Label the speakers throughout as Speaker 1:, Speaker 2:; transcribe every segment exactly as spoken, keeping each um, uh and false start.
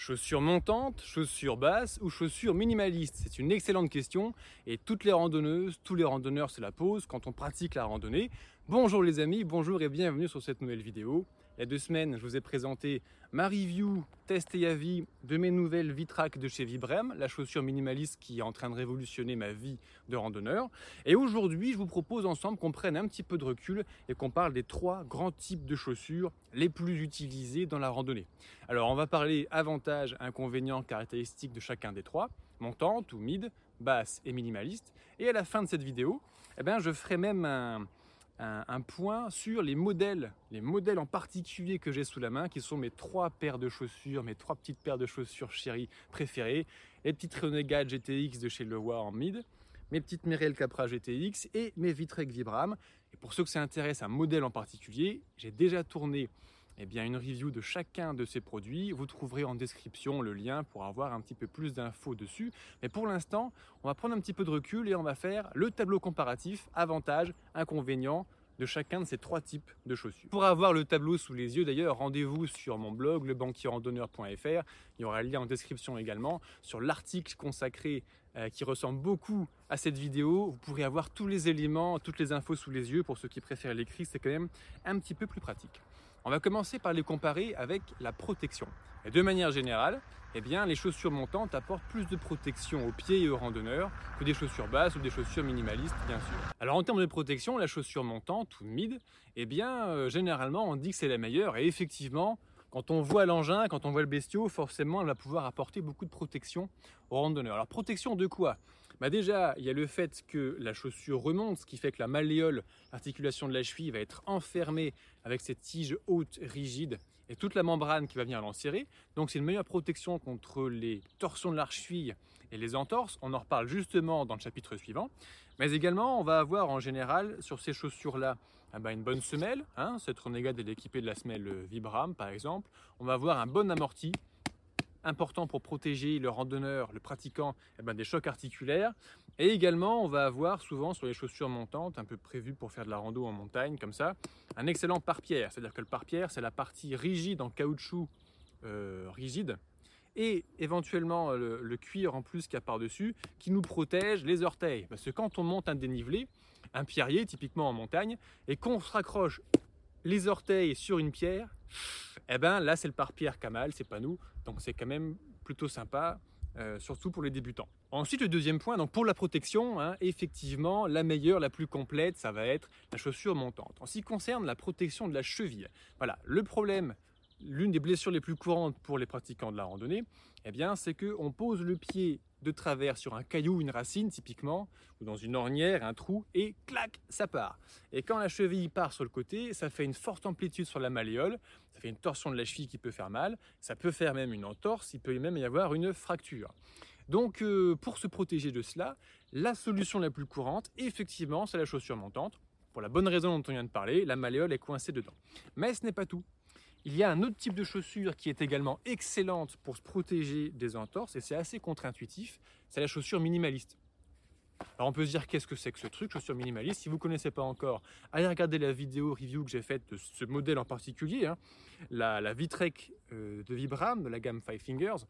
Speaker 1: Chaussures montantes, chaussures basses ou chaussures minimalistes? C'est une excellente question et toutes les randonneuses, tous les randonneurs se la posent quand on pratique la randonnée. Bonjour les amis, bonjour et bienvenue sur cette nouvelle vidéo. Il y a deux semaines, je vous ai présenté ma review, test et avis de mes nouvelles V-Track de chez Vibram, la chaussure minimaliste qui est en train de révolutionner ma vie de randonneur. Et aujourd'hui, je vous propose ensemble qu'on prenne un petit peu de recul et qu'on parle des trois grands types de chaussures les plus utilisés dans la randonnée. Alors, on va parler avantages, inconvénients, caractéristiques de chacun des trois, montante ou mid, basse et minimaliste. Et à la fin de cette vidéo, eh bien, je ferai même un... Un, un point sur les modèles, les modèles en particulier que j'ai sous la main, qui sont mes trois paires de chaussures, mes trois petites paires de chaussures chéries préférées, les petites Renegade G T X de chez Leroy en mid, mes petites Merrell Capra G T X et mes V-Trek Vibram. Et pour ceux que ça intéresse un modèle en particulier, j'ai déjà tourné eh bien, une review de chacun de ces produits. Vous trouverez en description le lien pour avoir un petit peu plus d'infos dessus. Mais pour l'instant, on va prendre un petit peu de recul et on va faire le tableau comparatif, avantages, inconvénients de chacun de ces trois types de chaussures. Pour avoir le tableau sous les yeux d'ailleurs, rendez-vous sur mon blog le banquier randonneur point F R. Il y aura le lien en description également sur l'article consacré euh, qui ressemble beaucoup à cette vidéo. Vous pourrez avoir tous les éléments, toutes les infos sous les yeux. Pour ceux qui préfèrent l'écrit, c'est quand même un petit peu plus pratique. On va commencer par les comparer avec la protection. Et de manière générale, eh bien, les chaussures montantes apportent plus de protection aux pieds et aux randonneurs que des chaussures basses ou des chaussures minimalistes, bien sûr. Alors en termes de protection, la chaussure montante ou mid, eh bien, euh, généralement, on dit que c'est la meilleure. Et effectivement, quand on voit l'engin, quand on voit le bestiau, forcément, elle va pouvoir apporter beaucoup de protection aux randonneurs. Alors protection de quoi ? Bah déjà, il y a le fait que la chaussure remonte, ce qui fait que la malléole, l'articulation de la cheville, va être enfermée avec cette tige haute, rigide, et toute la membrane qui va venir l'enserrer. Donc c'est une meilleure protection contre les torsions de la cheville et les entorses. On en reparle justement dans le chapitre suivant. Mais également, on va avoir en général sur ces chaussures-là eh ben, une bonne semelle. Hein, cette Renegade est équipée de la semelle Vibram par exemple. On va avoir un bon amorti, important pour protéger le randonneur, le pratiquant eh ben, des chocs articulaires. Et également, on va avoir souvent sur les chaussures montantes, un peu prévues pour faire de la rando en montagne, comme ça, un excellent pare-pierre. C'est-à-dire que le pare-pierre, c'est la partie rigide en caoutchouc euh, rigide, et éventuellement le, le cuir en plus qu'il y a par-dessus, qui nous protège les orteils. Parce que quand on monte un dénivelé, un pierrier, typiquement en montagne, et qu'on se raccroche les orteils sur une pierre, eh ben là c'est le pare-pierre qui a mal, c'est pas nous, donc c'est quand même plutôt sympa, euh, surtout pour les débutants. Ensuite le deuxième point, donc pour la protection, hein, effectivement la meilleure, la plus complète, ça va être la chaussure montante. En ce qui concerne la protection de la cheville, voilà, le problème, l'une des blessures les plus courantes pour les pratiquants de la randonnée, eh bien c'est qu'on pose le pied de travers sur un caillou, une racine typiquement, ou dans une ornière, un trou, et clac, ça part. Et quand la cheville part sur le côté, ça fait une forte amplitude sur la malléole, ça fait une torsion de la cheville qui peut faire mal, ça peut faire même une entorse, il peut même y avoir une fracture. Donc euh, pour se protéger de cela, la solution la plus courante, effectivement, c'est la chaussure montante. Pour la bonne raison dont on vient de parler, la malléole est coincée dedans. Mais ce n'est pas tout. Il y a un autre type de chaussure qui est également excellente pour se protéger des entorses, et c'est assez contre-intuitif, c'est la chaussure minimaliste. Alors on peut se dire qu'est-ce que c'est que ce truc, chaussure minimaliste? Si vous ne connaissez pas encore, allez regarder la vidéo review que j'ai faite de ce modèle en particulier, hein, la, la V-Trek euh, de Vibram, de la gamme Five Fingers.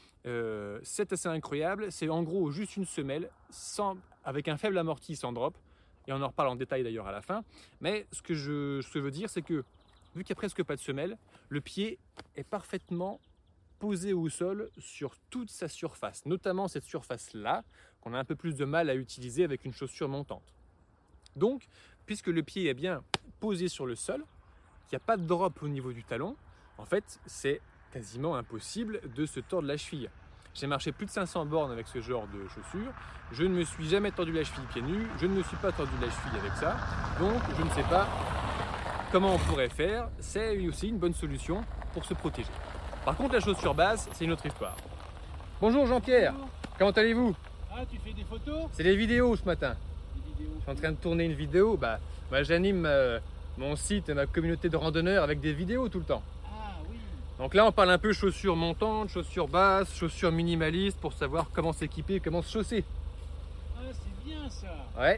Speaker 1: Euh, c'est assez incroyable, c'est en gros juste une semelle sans, avec un faible amorti sans drop, et on en reparle en détail d'ailleurs à la fin. Mais ce que je, ce que je veux dire, c'est que vu qu'il n'y a presque pas de semelle, le pied est parfaitement posé au sol sur toute sa surface, notamment cette surface-là, qu'on a un peu plus de mal à utiliser avec une chaussure montante. Donc, puisque le pied est bien posé sur le sol, qu'il n'y a pas de drop au niveau du talon, en fait, c'est quasiment impossible de se tordre la cheville. J'ai marché plus de cinq cents bornes avec ce genre de chaussures, je ne me suis jamais tordu la cheville pieds nus, je ne me suis pas tordu la cheville avec ça, donc je ne sais pas comment on pourrait faire, c'est aussi une bonne solution pour se protéger. Par contre, la chaussure basse, c'est une autre histoire. Bonjour Jean-Pierre,
Speaker 2: Bonjour.
Speaker 1: Comment allez-vous?
Speaker 2: Ah, tu fais des photos?
Speaker 1: C'est des vidéos ce matin.
Speaker 2: Des vidéos.
Speaker 1: Je suis en train de tourner une vidéo. Bah, bah, j'anime euh, mon site et ma communauté de randonneurs avec des vidéos tout le temps.
Speaker 2: Ah oui.
Speaker 1: Donc là, on parle un peu chaussures montantes, chaussures basses, chaussures minimalistes pour savoir comment s'équiper, comment se chausser.
Speaker 2: Ah, c'est bien ça.
Speaker 1: Ouais.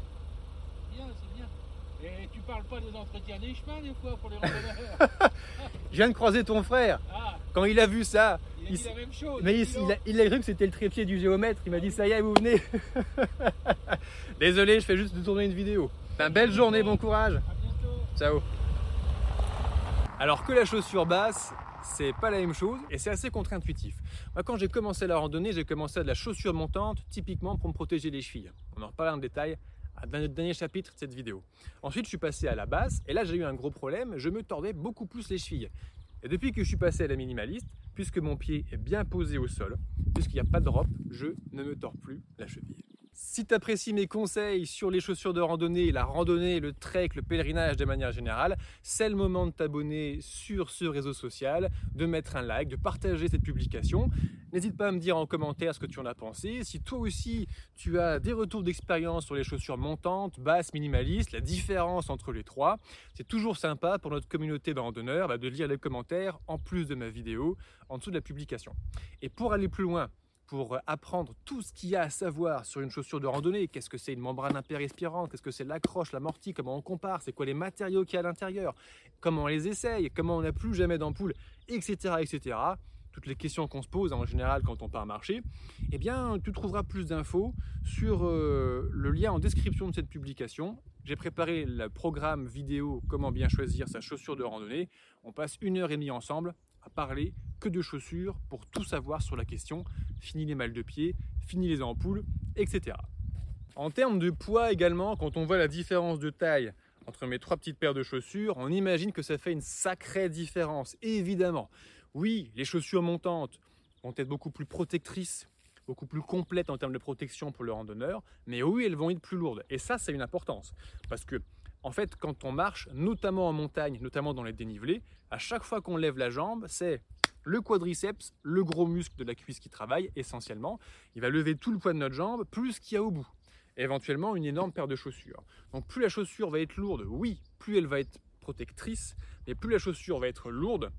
Speaker 2: C'est bien, c'est bien. Et tu parles pas des entretiens des chemins des fois pour les randonneurs?
Speaker 1: Je viens de croiser ton frère.
Speaker 2: Ah,
Speaker 1: Quand il a vu ça,
Speaker 2: il il dit la même chose.
Speaker 1: Mais il, il, a, il a cru que c'était le trépied du géomètre. Il m'a dit ça y est, vous venez. Désolé, je fais juste de tourner une vidéo. Ben, belle journée, bon courage.
Speaker 2: À bientôt.
Speaker 1: Ciao. Alors que la chaussure basse, c'est pas la même chose et c'est assez contre-intuitif. Moi, quand j'ai commencé la randonnée, j'ai commencé à de la chaussure montante, typiquement pour me protéger les chevilles. On en reparlera en détail dans notre dernier chapitre de cette vidéo. Ensuite, je suis passé à la basse et là, j'ai eu un gros problème. Je me tordais beaucoup plus les chevilles. Et depuis que je suis passé à la minimaliste, puisque mon pied est bien posé au sol, puisqu'il n'y a pas de drop, je ne me tords plus la cheville. Si tu apprécies mes conseils sur les chaussures de randonnée, la randonnée, le trek, le pèlerinage de manière générale, c'est le moment de t'abonner sur ce réseau social, de mettre un like, de partager cette publication. N'hésite pas à me dire en commentaire ce que tu en as pensé. Si toi aussi tu as des retours d'expérience sur les chaussures montantes, basses, minimalistes, la différence entre les trois, c'est toujours sympa pour notre communauté de randonneurs bah, de lire les commentaires en plus de ma vidéo en dessous de la publication. Et pour aller plus loin, pour apprendre tout ce qu'il y a à savoir sur une chaussure de randonnée, qu'est-ce que c'est une membrane impérespirante, qu'est-ce que c'est l'accroche, l'amorti, comment on compare, c'est quoi les matériaux qu'il y a à l'intérieur, comment on les essaye, comment on n'a plus jamais d'ampoule, et cetera, et cetera. Toutes les questions qu'on se pose en général quand on part marcher, eh bien, tu trouveras plus d'infos sur euh, le lien en description de cette publication. J'ai préparé le programme vidéo comment bien choisir sa chaussure de randonnée. On passe une heure et demie ensemble à parler que de chaussures pour tout savoir sur la question. Fini les mal de pied, fini les ampoules, et cetera. En termes de poids également, quand on voit la différence de taille entre mes trois petites paires de chaussures, on imagine que ça fait une sacrée différence, évidemment. Oui, les chaussures montantes vont être beaucoup plus protectrices, beaucoup plus complètes en termes de protection pour le randonneur, mais oui, elles vont être plus lourdes. Et ça, c'est une importance. Parce que, en fait, quand on marche, notamment en montagne, notamment dans les dénivelés, à chaque fois qu'on lève la jambe, c'est le quadriceps, le gros muscle de la cuisse qui travaille essentiellement. Il va lever tout le poids de notre jambe, plus ce qu'il y a au bout. Et éventuellement, une énorme paire de chaussures. Donc, plus la chaussure va être lourde, oui, plus elle va être protectrice, mais plus la chaussure va être lourde,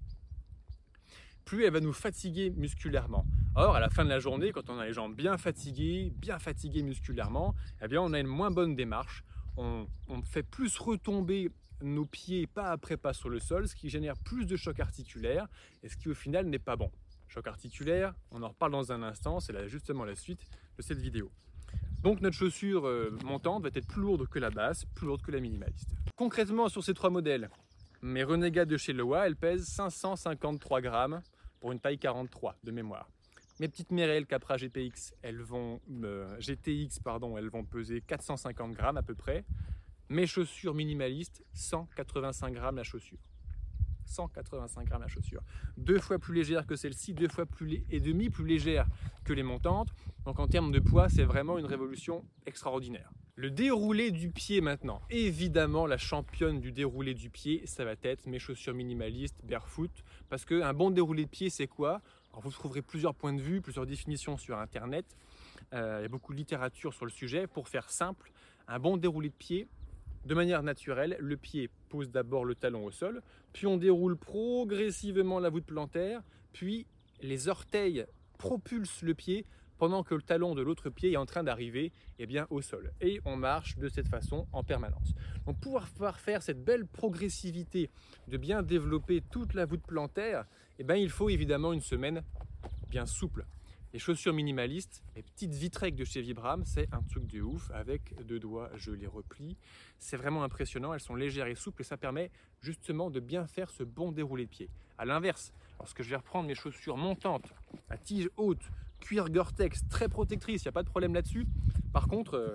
Speaker 1: plus elle va nous fatiguer musculairement. Or, à la fin de la journée, quand on a les jambes bien fatiguées, bien fatiguées musculairement, eh bien, on a une moins bonne démarche. On, on fait plus retomber nos pieds pas après pas sur le sol, ce qui génère plus de choc articulaire et ce qui au final n'est pas bon. Choc articulaire, on en reparle dans un instant, c'est là justement la suite de cette vidéo. Donc notre chaussure euh, montante va être plus lourde que la basse, plus lourde que la minimaliste. Concrètement sur ces trois modèles, mes Renegades de chez Lowa, elles pèsent cinq cent cinquante-trois grammes pour une taille quarante-trois de mémoire. Mes petites Merrell Capra G P X, elles vont, euh, G T X, pardon, elles vont peser quatre cent cinquante grammes à peu près. Mes chaussures minimalistes, cent quatre-vingt-cinq grammes la chaussure. cent quatre-vingt-cinq grammes la chaussure. Deux fois plus légère que celle-ci, deux fois plus lé- et demi plus légère que les montantes. Donc en termes de poids, c'est vraiment une révolution extraordinaire. Le déroulé du pied maintenant. Évidemment, la championne du déroulé du pied, ça va être mes chaussures minimalistes barefoot. Parce qu'un bon déroulé de pied, c'est quoi? Alors, vous trouverez plusieurs points de vue, plusieurs définitions sur Internet. Euh, il y a beaucoup de littérature sur le sujet. Pour faire simple, un bon déroulé de pied, de manière naturelle, le pied pose d'abord le talon au sol, puis on déroule progressivement la voûte plantaire, puis les orteils propulsent le pied pendant que le talon de l'autre pied est en train d'arriver eh bien, au sol. Et on marche de cette façon en permanence. Donc pour pouvoir faire cette belle progressivité de bien développer toute la voûte plantaire, eh bien, il faut évidemment une semelle bien souple. Les chaussures minimalistes, les petites Vitrek de chez Vibram, c'est un truc de ouf. Avec deux doigts, je les replie. C'est vraiment impressionnant. Elles sont légères et souples et ça permet justement de bien faire ce bon déroulé de pied. À l'inverse, lorsque je vais reprendre mes chaussures montantes, à tige haute, cuir Gore-Tex, très protectrice, il n'y a pas de problème là-dessus. Par contre, euh,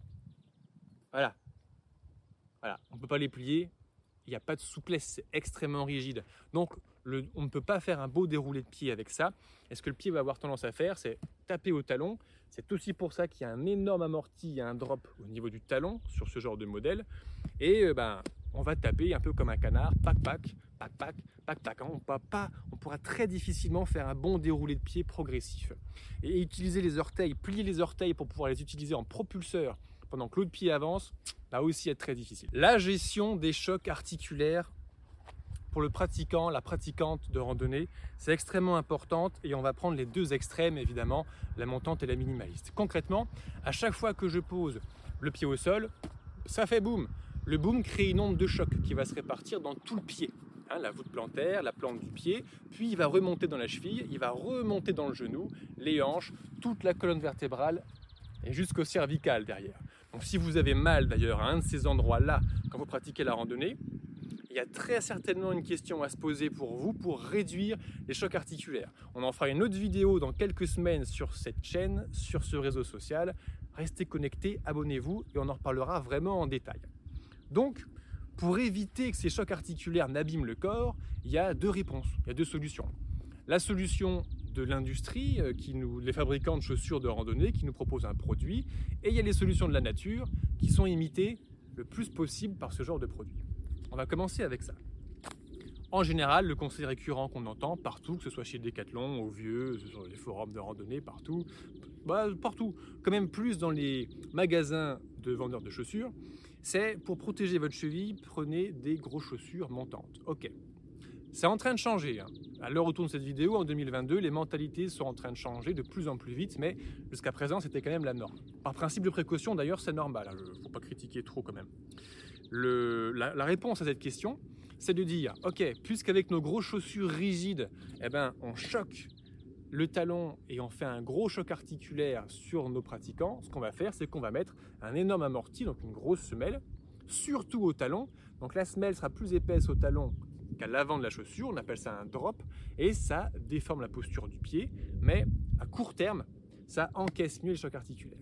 Speaker 1: voilà. Voilà, on ne peut pas les plier. Il n'y a pas de souplesse, c'est extrêmement rigide. Donc, le, on ne peut pas faire un beau déroulé de pied avec ça. Et ce que le pied va avoir tendance à faire, c'est taper au talon. C'est aussi pour ça qu'il y a un énorme amorti, il y a un drop au niveau du talon sur ce genre de modèle. Et euh, ben, on va taper un peu comme un canard, pac pac, pac pac, pac pac. On pourra pas, on pourra très difficilement faire un bon déroulé de pied progressif. Et utiliser les orteils, plier les orteils pour pouvoir les utiliser en propulseur pendant que l'autre pied avance, va aussi être très difficile. La gestion des chocs articulaires pour le pratiquant, la pratiquante de randonnée, c'est extrêmement importante et on va prendre les deux extrêmes évidemment, la montante et la minimaliste. Concrètement, à chaque fois que je pose le pied au sol, ça fait boum. Le boom crée une onde de choc qui va se répartir dans tout le pied. hein, la voûte plantaire, la plante du pied, puis il va remonter dans la cheville, il va remonter dans le genou, les hanches, toute la colonne vertébrale et jusqu'au cervical derrière. Donc si vous avez mal d'ailleurs à un de ces endroits-là quand vous pratiquez la randonnée, il y a très certainement une question à se poser pour vous pour réduire les chocs articulaires. On en fera une autre vidéo dans quelques semaines sur cette chaîne, sur ce réseau social. Restez connectés, abonnez-vous et on en reparlera vraiment en détail. Donc, pour éviter que ces chocs articulaires n'abîment le corps, il y a deux réponses, il y a deux solutions. La solution de l'industrie, qui nous, les fabricants de chaussures de randonnée, qui nous proposent un produit, et il y a les solutions de la nature qui sont imitées le plus possible par ce genre de produit. On va commencer avec ça. En général, le conseil récurrent qu'on entend partout, que ce soit chez Decathlon, au Vieux, sur les forums de randonnée, partout, bah, partout, quand même plus dans les magasins de vendeurs de chaussures, c'est pour protéger votre cheville, prenez des grosses chaussures montantes. Ok, c'est en train de changer. Hein. À l'heure où tourne cette vidéo, en deux mille vingt-deux, les mentalités sont en train de changer de plus en plus vite, mais jusqu'à présent, c'était quand même la norme. Par principe de précaution, d'ailleurs, c'est normal. Il hein, ne faut pas critiquer trop quand même. Le, la, la réponse à cette question, c'est de dire, ok, puisqu'avec nos grosses chaussures rigides, eh ben, on choque le talon et on fait un gros choc articulaire sur nos pratiquants, ce qu'on va faire, c'est qu'on va mettre un énorme amorti, donc une grosse semelle, surtout au talon. Donc la semelle sera plus épaisse au talon qu'à l'avant de la chaussure, on appelle ça un drop, et ça déforme la posture du pied, mais à court terme, ça encaisse mieux les chocs articulaires.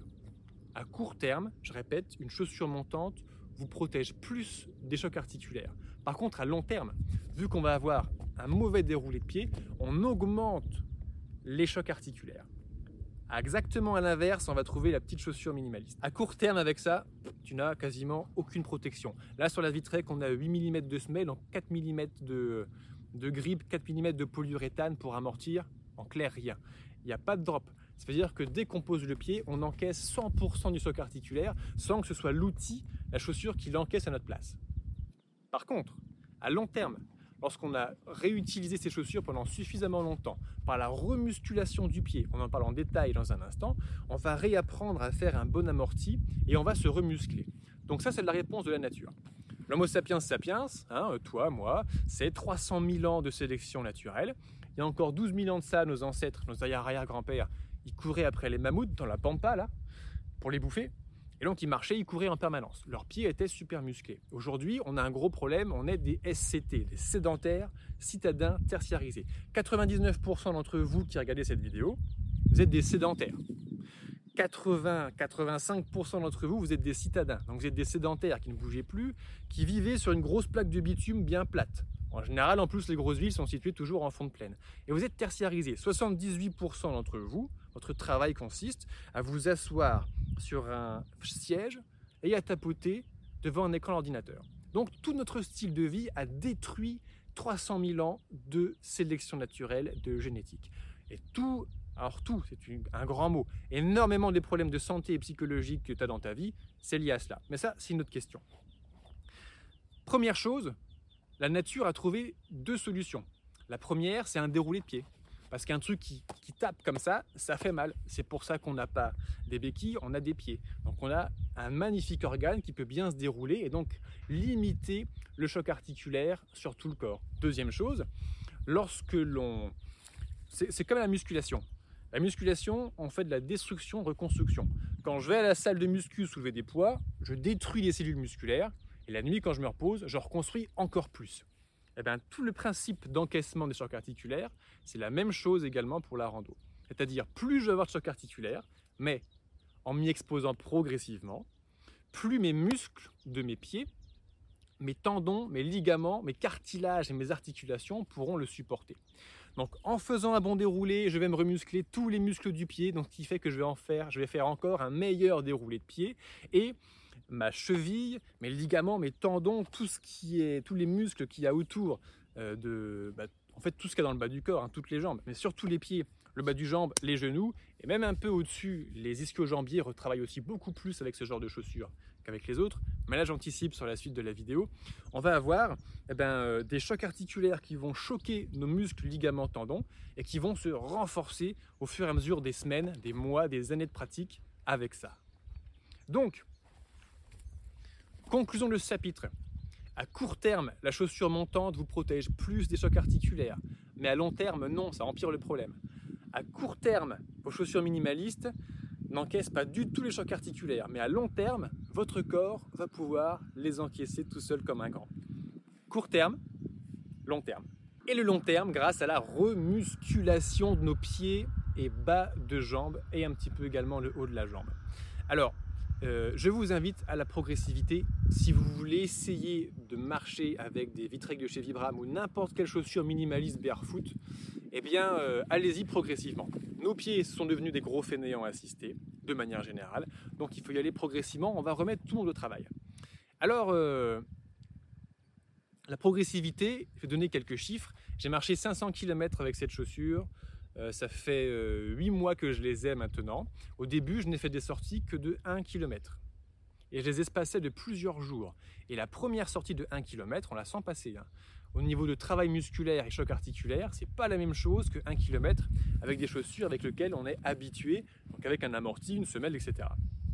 Speaker 1: À court terme, je répète, une chaussure montante vous protège plus des chocs articulaires. Par contre, à long terme, vu qu'on va avoir un mauvais déroulé de pied, on augmente les chocs articulaires. Exactement à l'inverse, on va trouver la petite chaussure minimaliste. À court terme, avec ça, tu n'as quasiment aucune protection. Là, sur la Vitrek, on a huit millimètres de semelle, donc quatre millimètres de, de grippe, quatre millimètres de polyuréthane pour amortir. En clair, rien. Il n'y a pas de drop. Ça veut dire que dès qu'on pose le pied, on encaisse cent pour cent du choc articulaire sans que ce soit l'outil, la chaussure qui l'encaisse à notre place. Par contre, à long terme, lorsqu'on a réutilisé ces chaussures pendant suffisamment longtemps, par la remusculation du pied, on en parle en détail dans un instant, on va réapprendre à faire un bon amorti et on va se remuscler. Donc ça, c'est la réponse de la nature. L'Homo sapiens sapiens, hein, toi, moi, c'est trois cent mille ans de sélection naturelle. Il y a encore douze mille ans de ça, nos ancêtres, nos arrière-grands-pères, ils couraient après les mammouths dans la pampa, là, pour les bouffer. Et donc, ils marchaient, ils couraient en permanence. Leurs pieds étaient super musclés. Aujourd'hui, on a un gros problème, on est des S C T, des sédentaires citadins tertiarisés. quatre-vingt-dix-neuf pour cent d'entre vous qui regardez cette vidéo, vous êtes des sédentaires. quatre-vingts à quatre-vingt-cinq pour cent d'entre vous, vous êtes des citadins. Donc, vous êtes des sédentaires qui ne bougeaient plus, qui vivaient sur une grosse plaque de bitume bien plate. En général, en plus, les grosses villes sont situées toujours en fond de plaine. Et vous êtes tertiarisés. soixante-dix-huit pour cent d'entre vous, votre travail consiste à vous asseoir sur un siège et à tapoter devant un écran d'ordinateur. Donc, tout notre style de vie a détruit trois cent mille ans de sélection naturelle, de génétique. Et tout, alors tout, c'est un grand mot, énormément des problèmes de santé psychologique que tu as dans ta vie, c'est lié à cela. Mais ça, c'est une autre question. Première chose, la nature a trouvé deux solutions. La première, c'est un déroulé de pied. Parce qu'un truc qui, qui tape comme ça, ça fait mal. C'est pour ça qu'on n'a pas des béquilles, on a des pieds. Donc on a un magnifique organe qui peut bien se dérouler et donc limiter le choc articulaire sur tout le corps. Deuxième chose, lorsque l'on... C'est, c'est comme la musculation. La musculation, on fait de la destruction, reconstruction. Quand je vais à la salle de muscu soulever des poids, je détruis les cellules musculaires. Et la nuit, quand je me repose, je reconstruis encore plus. Eh bien, tout le principe d'encaissement des chocs articulaires, c'est la même chose également pour la rando. C'est-à-dire, plus je vais avoir de chocs articulaires, mais en m'y exposant progressivement, plus mes muscles de mes pieds, mes tendons, mes ligaments, mes cartilages et mes articulations pourront le supporter. Donc, en faisant un bon déroulé, je vais me remuscler tous les muscles du pied, donc ce qui fait que je vais en faire, je vais faire encore un meilleur déroulé de pied et ma cheville, mes ligaments, mes tendons, tout ce qui est, tous les muscles qu'il y a autour euh, de, bah, en fait tout ce qu'il y a dans le bas du corps, hein, toutes les jambes, mais surtout les pieds, le bas du jambe, les genoux, et même un peu au-dessus, les ischio-jambiers retravaillent aussi beaucoup plus avec ce genre de chaussures qu'avec les autres. Mais là, j'anticipe sur la suite de la vidéo. On va avoir eh ben, euh, des chocs articulaires qui vont choquer nos muscles, ligaments, tendons, et qui vont se renforcer au fur et à mesure des semaines, des mois, des années de pratique avec ça. Donc, conclusion de ce chapitre. À court terme, la chaussure montante vous protège plus des chocs articulaires, mais à long terme, non, ça empire le problème. À court terme, vos chaussures minimalistes n'encaissent pas du tout les chocs articulaires, mais à long terme, votre corps va pouvoir les encaisser tout seul comme un grand. Court terme, long terme. Et le long terme grâce à la remusculation de nos pieds et bas de jambes et un petit peu également le haut de la jambe. Alors, euh, je vous invite à la progressivité. Si vous voulez essayer de marcher avec des Victrex de chez Vibram ou n'importe quelle chaussure minimaliste barefoot, eh bien, euh, allez-y progressivement. Nos pieds sont devenus des gros fainéants assistés, de manière générale. Donc, il faut y aller progressivement. On va remettre tout le monde au travail. Alors, euh, la progressivité, je vais donner quelques chiffres. J'ai marché cinq cents kilomètres avec cette chaussure. Euh, ça fait euh, huit mois que je les ai maintenant. Au début, je n'ai fait des sorties que de un kilomètre. Et je les espacais de plusieurs jours. Et la première sortie de un kilomètre, on la sent passer. Hein. Au niveau de travail musculaire et choc articulaire, c'est pas la même chose que un kilomètre avec des chaussures avec lesquelles on est habitué, donc avec un amorti, une semelle, et cetera.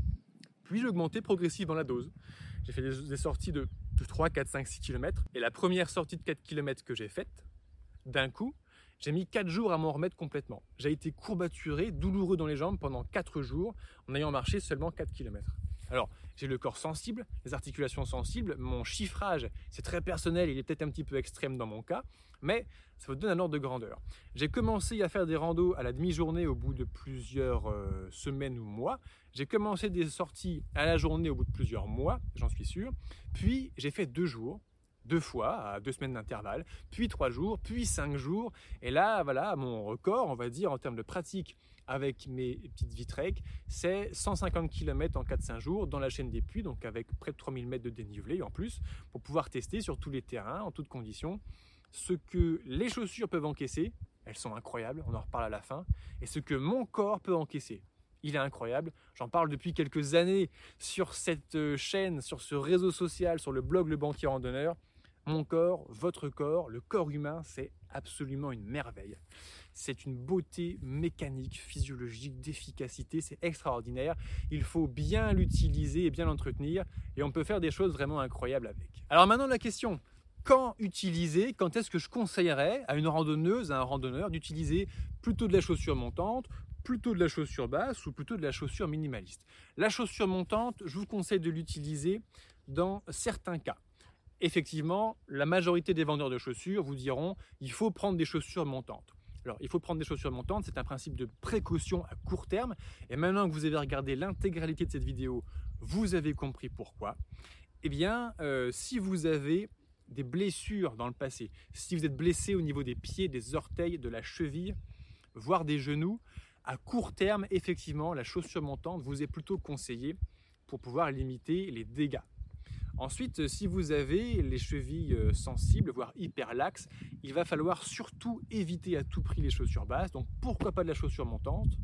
Speaker 1: Puis j'ai augmenté progressivement la dose. J'ai fait des, des sorties de, de trois, quatre, cinq, six kilomètres. Et la première sortie de quatre kilomètres que j'ai faite, d'un coup, j'ai mis quatre jours à m'en remettre complètement. J'ai été courbaturé, douloureux dans les jambes pendant quatre jours en ayant marché seulement quatre kilomètres. Alors, j'ai le corps sensible, les articulations sensibles, mon chiffrage, c'est très personnel, il est peut-être un petit peu extrême dans mon cas, mais ça vous donne un ordre de grandeur. J'ai commencé à faire des randos à la demi-journée au bout de plusieurs euh, semaines ou mois. J'ai commencé des sorties à la journée au bout de plusieurs mois, j'en suis sûr. Puis, j'ai fait deux jours. Deux fois, à deux semaines d'intervalle, puis trois jours, puis cinq jours. Et là, voilà, mon record, on va dire, en termes de pratique avec mes petites Victrex, c'est cent cinquante kilomètres en quatre cinq jours dans la chaîne des Puys, donc avec près de trois mille mètres de dénivelé en plus, pour pouvoir tester sur tous les terrains, en toutes conditions, ce que les chaussures peuvent encaisser. Elles sont incroyables, on en reparle à la fin, et ce que mon corps peut encaisser. Il est incroyable, j'en parle depuis quelques années sur cette chaîne, sur ce réseau social, sur le blog Le Banquier Randonneur. Mon corps, votre corps, le corps humain, c'est absolument une merveille. C'est une beauté mécanique, physiologique, d'efficacité, c'est extraordinaire. Il faut bien l'utiliser et bien l'entretenir et on peut faire des choses vraiment incroyables avec. Alors maintenant la question, quand utiliser, quand est-ce que je conseillerais à une randonneuse, à un randonneur d'utiliser plutôt de la chaussure montante, plutôt de la chaussure basse ou plutôt de la chaussure minimaliste? La chaussure montante, je vous conseille de l'utiliser dans certains cas. Effectivement, la majorité des vendeurs de chaussures vous diront il faut prendre des chaussures montantes. Alors, il faut prendre des chaussures montantes, c'est un principe de précaution à court terme. Et maintenant que vous avez regardé l'intégralité de cette vidéo, vous avez compris pourquoi. Eh bien, euh, si vous avez des blessures dans le passé, si vous êtes blessé au niveau des pieds, des orteils, de la cheville, voire des genoux, à court terme, effectivement, la chaussure montante vous est plutôt conseillée pour pouvoir limiter les dégâts. Ensuite, si vous avez les chevilles sensibles, voire hyper laxes, il va falloir surtout éviter à tout prix les chaussures basses. Donc pourquoi pas de la chaussure montante,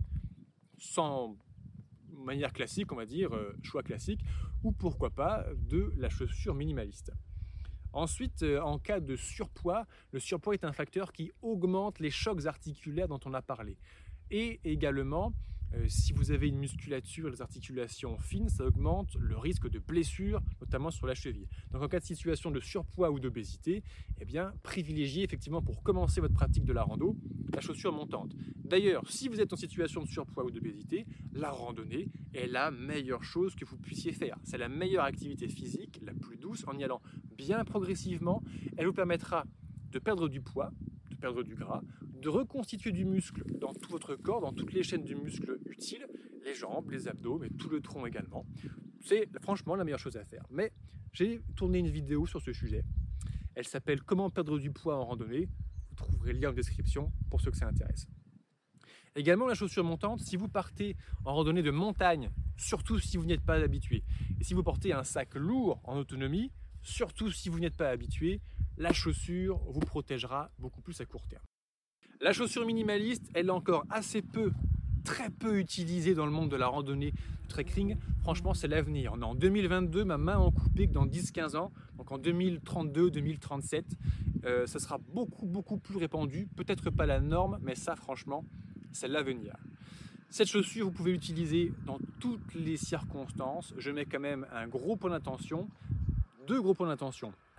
Speaker 1: sans manière classique, on va dire, choix classique, ou pourquoi pas de la chaussure minimaliste. Ensuite, en cas de surpoids, le surpoids est un facteur qui augmente les chocs articulaires dont on a parlé. Et également, Euh, si vous avez une musculature et des articulations fines, ça augmente le risque de blessure, notamment sur la cheville. Donc en cas de situation de surpoids ou d'obésité, eh bien, privilégiez effectivement pour commencer votre pratique de la rando, la chaussure montante. D'ailleurs, si vous êtes en situation de surpoids ou d'obésité, la randonnée est la meilleure chose que vous puissiez faire. C'est la meilleure activité physique, la plus douce, en y allant bien progressivement. Elle vous permettra de perdre du poids, de perdre du gras, de reconstituer du muscle dans tout votre corps, dans toutes les chaînes du muscle utiles, les jambes, les abdos, mais tout le tronc également. C'est franchement la meilleure chose à faire. Mais j'ai tourné une vidéo sur ce sujet. Elle s'appelle « Comment perdre du poids en randonnée ». Vous trouverez le lien en description pour ceux que ça intéresse. Également la chaussure montante, si vous partez en randonnée de montagne, surtout si vous n'êtes pas habitué, et si vous portez un sac lourd en autonomie, surtout si vous n'êtes pas habitué, la chaussure vous protégera beaucoup plus à court terme. La chaussure minimaliste, elle est encore assez peu, très peu utilisée dans le monde de la randonnée, du trekking. Franchement, c'est l'avenir. On est en deux mille vingt-deux, ma main en coupé que dans dix quinze ans, donc en deux mille trente-deux deux mille trente-sept, euh, ça sera beaucoup, beaucoup plus répandu. Peut-être pas la norme, mais ça, franchement, c'est l'avenir. Cette chaussure, vous pouvez l'utiliser dans toutes les circonstances. Je mets quand même un gros point d'attention, deux gros points d'attention.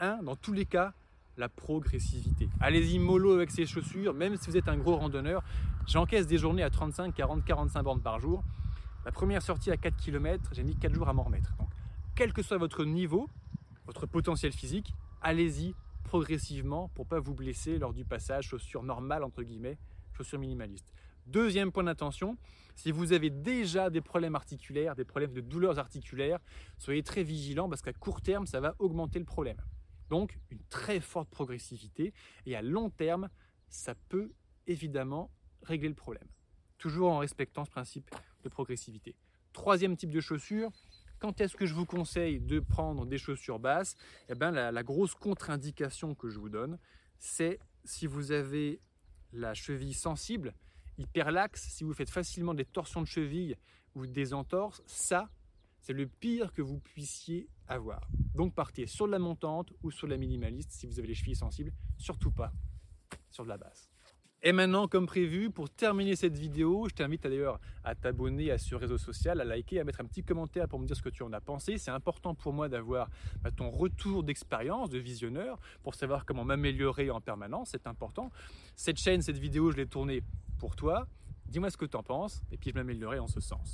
Speaker 1: un, dans tous les cas, la progressivité. Allez-y mollo avec ces chaussures, même si vous êtes un gros randonneur. J'encaisse des journées à trente-cinq, quarante, quarante-cinq bornes par jour. La première sortie à quatre kilomètres, j'ai mis quatre jours à m'en remettre. Donc, quel que soit votre niveau, votre potentiel physique, allez-y progressivement pour ne pas vous blesser lors du passage chaussures normales, entre guillemets, chaussures minimalistes. Deuxième point d'attention, si vous avez déjà des problèmes articulaires, des problèmes de douleurs articulaires, soyez très vigilants parce qu'à court terme, ça va augmenter le problème. Donc, une très forte progressivité et à long terme, ça peut évidemment régler le problème. Toujours en respectant ce principe de progressivité. Troisième type de chaussures, quand est-ce que je vous conseille de prendre des chaussures basses? Eh bien, la, la grosse contre-indication que je vous donne, c'est si vous avez la cheville sensible, hyperlaxe, si vous faites facilement des torsions de cheville ou des entorses, ça, c'est le pire que vous puissiez avoir. Donc partez sur de la montante ou sur de la minimaliste si vous avez les chevilles sensibles, surtout pas sur de la basse. Et maintenant, comme prévu, pour terminer cette vidéo, je t'invite d'ailleurs à t'abonner à ce réseau social, à liker, à mettre un petit commentaire pour me dire ce que tu en as pensé. C'est important pour moi d'avoir bah, ton retour d'expérience, de visionneur, pour savoir comment m'améliorer en permanence, c'est important. Cette chaîne, cette vidéo, je l'ai tournée pour toi. Dis-moi ce que tu en penses, et puis je m'améliorerai en ce sens.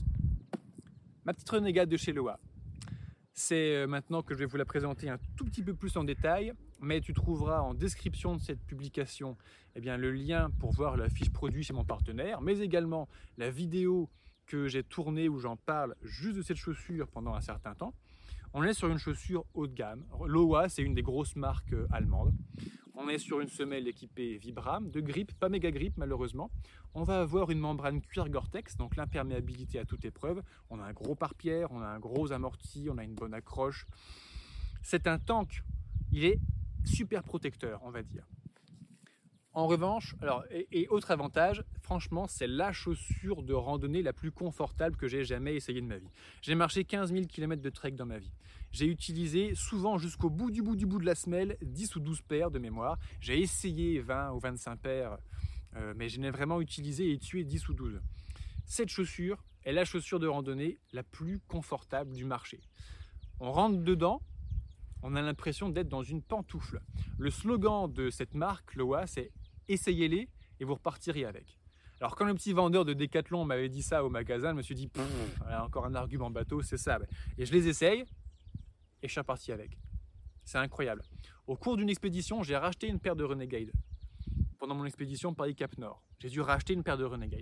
Speaker 1: Ma petite renégade de chez Lowa. C'est maintenant que je vais vous la présenter un tout petit peu plus en détail, mais tu trouveras en description de cette publication eh bien, le lien pour voir la fiche produit chez mon partenaire, mais également la vidéo que j'ai tournée où j'en parle juste de cette chaussure pendant un certain temps. On est sur une chaussure haut de gamme. Lowa, c'est une des grosses marques allemandes. On est sur une semelle équipée Vibram, de grip, pas méga grip malheureusement. On va avoir une membrane cuir Gore-Tex, donc l'imperméabilité à toute épreuve. On a un gros pare-pierre, on a un gros amorti, on a une bonne accroche. C'est un tank, il est super protecteur, on va dire. En revanche, alors, et, et autre avantage, franchement, c'est la chaussure de randonnée la plus confortable que j'ai jamais essayée de ma vie. J'ai marché quinze mille kilomètres de trek dans ma vie. J'ai utilisé souvent jusqu'au bout du bout du bout de la semelle dix ou douze paires de mémoire. J'ai essayé vingt ou vingt-cinq paires, euh, mais je n'ai vraiment utilisé et tué dix ou douze. Cette chaussure est la chaussure de randonnée la plus confortable du marché. On rentre dedans, on a l'impression d'être dans une pantoufle. Le slogan de cette marque, Lowa, c'est « Essayez-les et vous repartirez avec ». Alors quand le petit vendeur de Decathlon m'avait dit ça au magasin, je me suis dit « voilà, encore un argument bateau, c'est ça ». Et je les essaye et je suis reparti avec. C'est incroyable. Au cours d'une expédition, j'ai racheté une paire de Renegade. Pendant mon expédition Paris-Cap Nord, j'ai dû racheter une paire de Renegade.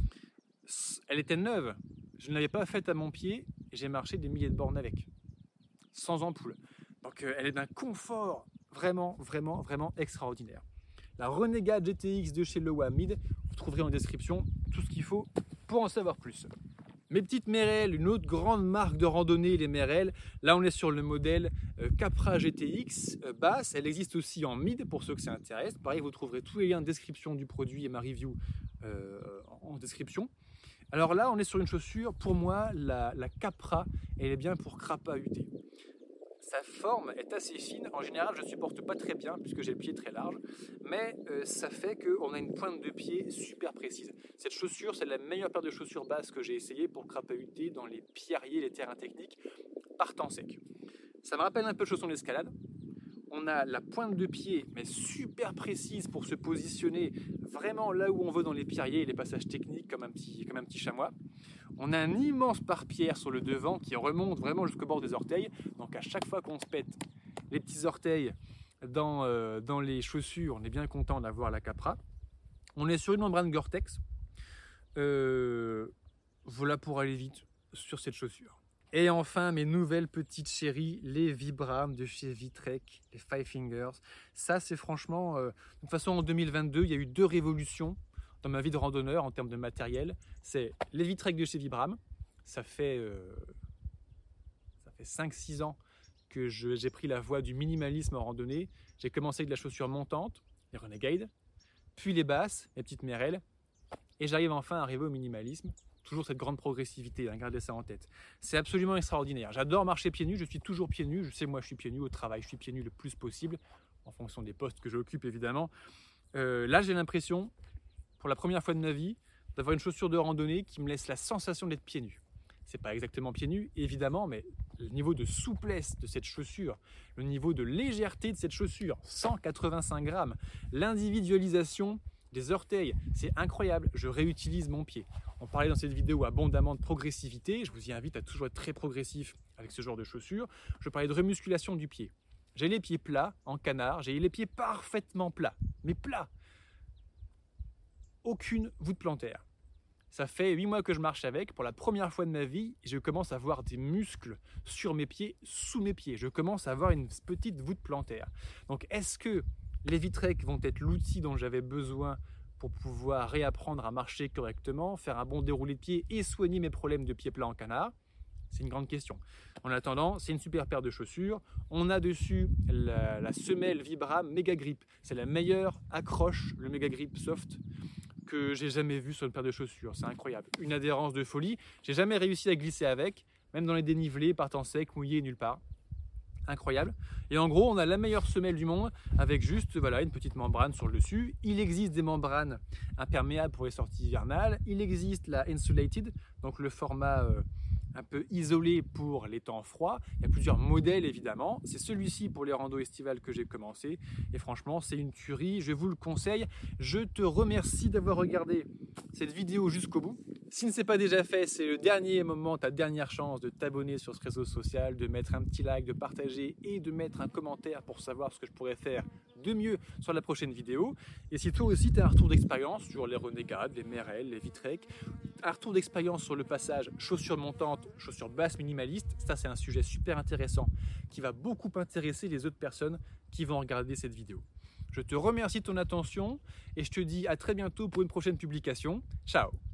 Speaker 1: Elle était neuve, je ne l'avais pas faite à mon pied et j'ai marché des milliers de bornes avec, sans ampoule. Donc euh, elle est d'un confort vraiment, vraiment, vraiment extraordinaire. La Renegade G T X de chez Lowa Mid, vous trouverez en description tout ce qu'il faut pour en savoir plus. Mes petites Merrell, une autre grande marque de randonnée, les Merrell. Là, on est sur le modèle euh, Capra G T X euh, basse. Elle existe aussi en mid pour ceux que ça intéresse. Pareil, vous trouverez tous les liens de description du produit et ma review euh, en description. Alors là, on est sur une chaussure, pour moi, la, la Capra, elle est bien pour crapahuter. Sa forme est assez fine. En général, je ne supporte pas très bien puisque j'ai le pied très large. Mais euh, ça fait qu'on a une pointe de pied super précise. Cette chaussure, c'est la meilleure paire de chaussures basses que j'ai essayé pour crapahuter dans les pierriers, les terrains techniques, par temps sec. Ça me rappelle un peu le chausson d'escalade. On a la pointe de pied, mais super précise pour se positionner vraiment là où on veut dans les pierriers et les passages techniques comme un petit, comme un petit chamois. On a un immense pare-pierre sur le devant qui remonte vraiment jusqu'au bord des orteils. Donc à chaque fois qu'on se pète les petits orteils dans, euh, dans les chaussures, on est bien content d'avoir la Capra. On est sur une membrane Gore-Tex. Euh, voilà pour aller vite sur cette chaussure. Et enfin, mes nouvelles petites chéries, les Vibram de chez Vitrek, les Five Fingers. Ça, c'est franchement... Euh, de toute façon, en deux mille vingt-deux, il y a eu deux révolutions dans ma vie de randonneur en termes de matériel. C'est les Vitrek de chez Vibram. Ça fait, euh, ça fait cinq six ans que je, j'ai pris la voie du minimalisme en randonnée. J'ai commencé avec de la chaussure montante, les Renegade, puis les basses, les petites Merrell. Et j'arrive enfin à arriver au minimalisme. Toujours cette grande progressivité, hein, gardez ça en tête. C'est absolument extraordinaire. J'adore marcher pieds nus, je suis toujours pieds nus. Je sais, moi, je suis pieds nus au travail, je suis pieds nus le plus possible, en fonction des postes que j'occupe, évidemment. Euh, là, j'ai l'impression, pour la première fois de ma vie, d'avoir une chaussure de randonnée qui me laisse la sensation d'être pieds nus. C'est pas exactement pieds nus, évidemment, mais le niveau de souplesse de cette chaussure, le niveau de légèreté de cette chaussure, cent quatre-vingt-cinq grammes, l'individualisation des orteils, c'est incroyable, je réutilise mon pied. On parlait dans cette vidéo abondamment de progressivité, je vous y invite à toujours être très progressif avec ce genre de chaussures. Je parlais de remusculation du pied. J'ai les pieds plats, en canard, j'ai les pieds parfaitement plats, mais plats. Aucune voûte plantaire. Ça fait huit mois que je marche avec, pour la première fois de ma vie, je commence à voir des muscles sur mes pieds, sous mes pieds. Je commence à avoir une petite voûte plantaire. Donc est-ce que les Victrex vont être l'outil dont j'avais besoin pour pouvoir réapprendre à marcher correctement, faire un bon déroulé de pied et soigner mes problèmes de pieds plats en canard? C'est une grande question. En attendant, c'est une super paire de chaussures. On a dessus la, la semelle Vibram Mega Grip. C'est la meilleure accroche, le Mega Grip Soft, que j'ai jamais vu sur une paire de chaussures. C'est incroyable. Une adhérence de folie. J'ai jamais réussi à glisser avec, même dans les dénivelés, partant sec, mouillé, nulle part. Incroyable. Et en gros, on a la meilleure semelle du monde avec juste voilà, une petite membrane sur le dessus. Il existe des membranes imperméables pour les sorties hivernales. Il existe la Insulated, donc le format euh, un peu isolé pour les temps froids. Il y a plusieurs modèles évidemment. C'est celui-ci pour les randos estivales que j'ai commencé. Et franchement, c'est une tuerie. Je vous le conseille. Je te remercie d'avoir regardé cette vidéo jusqu'au bout. Si ce n'est pas déjà fait, c'est le dernier moment, ta dernière chance de t'abonner sur ce réseau social, de mettre un petit like, de partager et de mettre un commentaire pour savoir ce que je pourrais faire de mieux sur la prochaine vidéo. Et si toi aussi tu as un retour d'expérience sur les Renegade, les Merrell, les Victrex, un retour d'expérience sur le passage chaussures montantes, chaussures basses minimalistes, ça c'est un sujet super intéressant qui va beaucoup intéresser les autres personnes qui vont regarder cette vidéo. Je te remercie de ton attention et je te dis à très bientôt pour une prochaine publication. Ciao!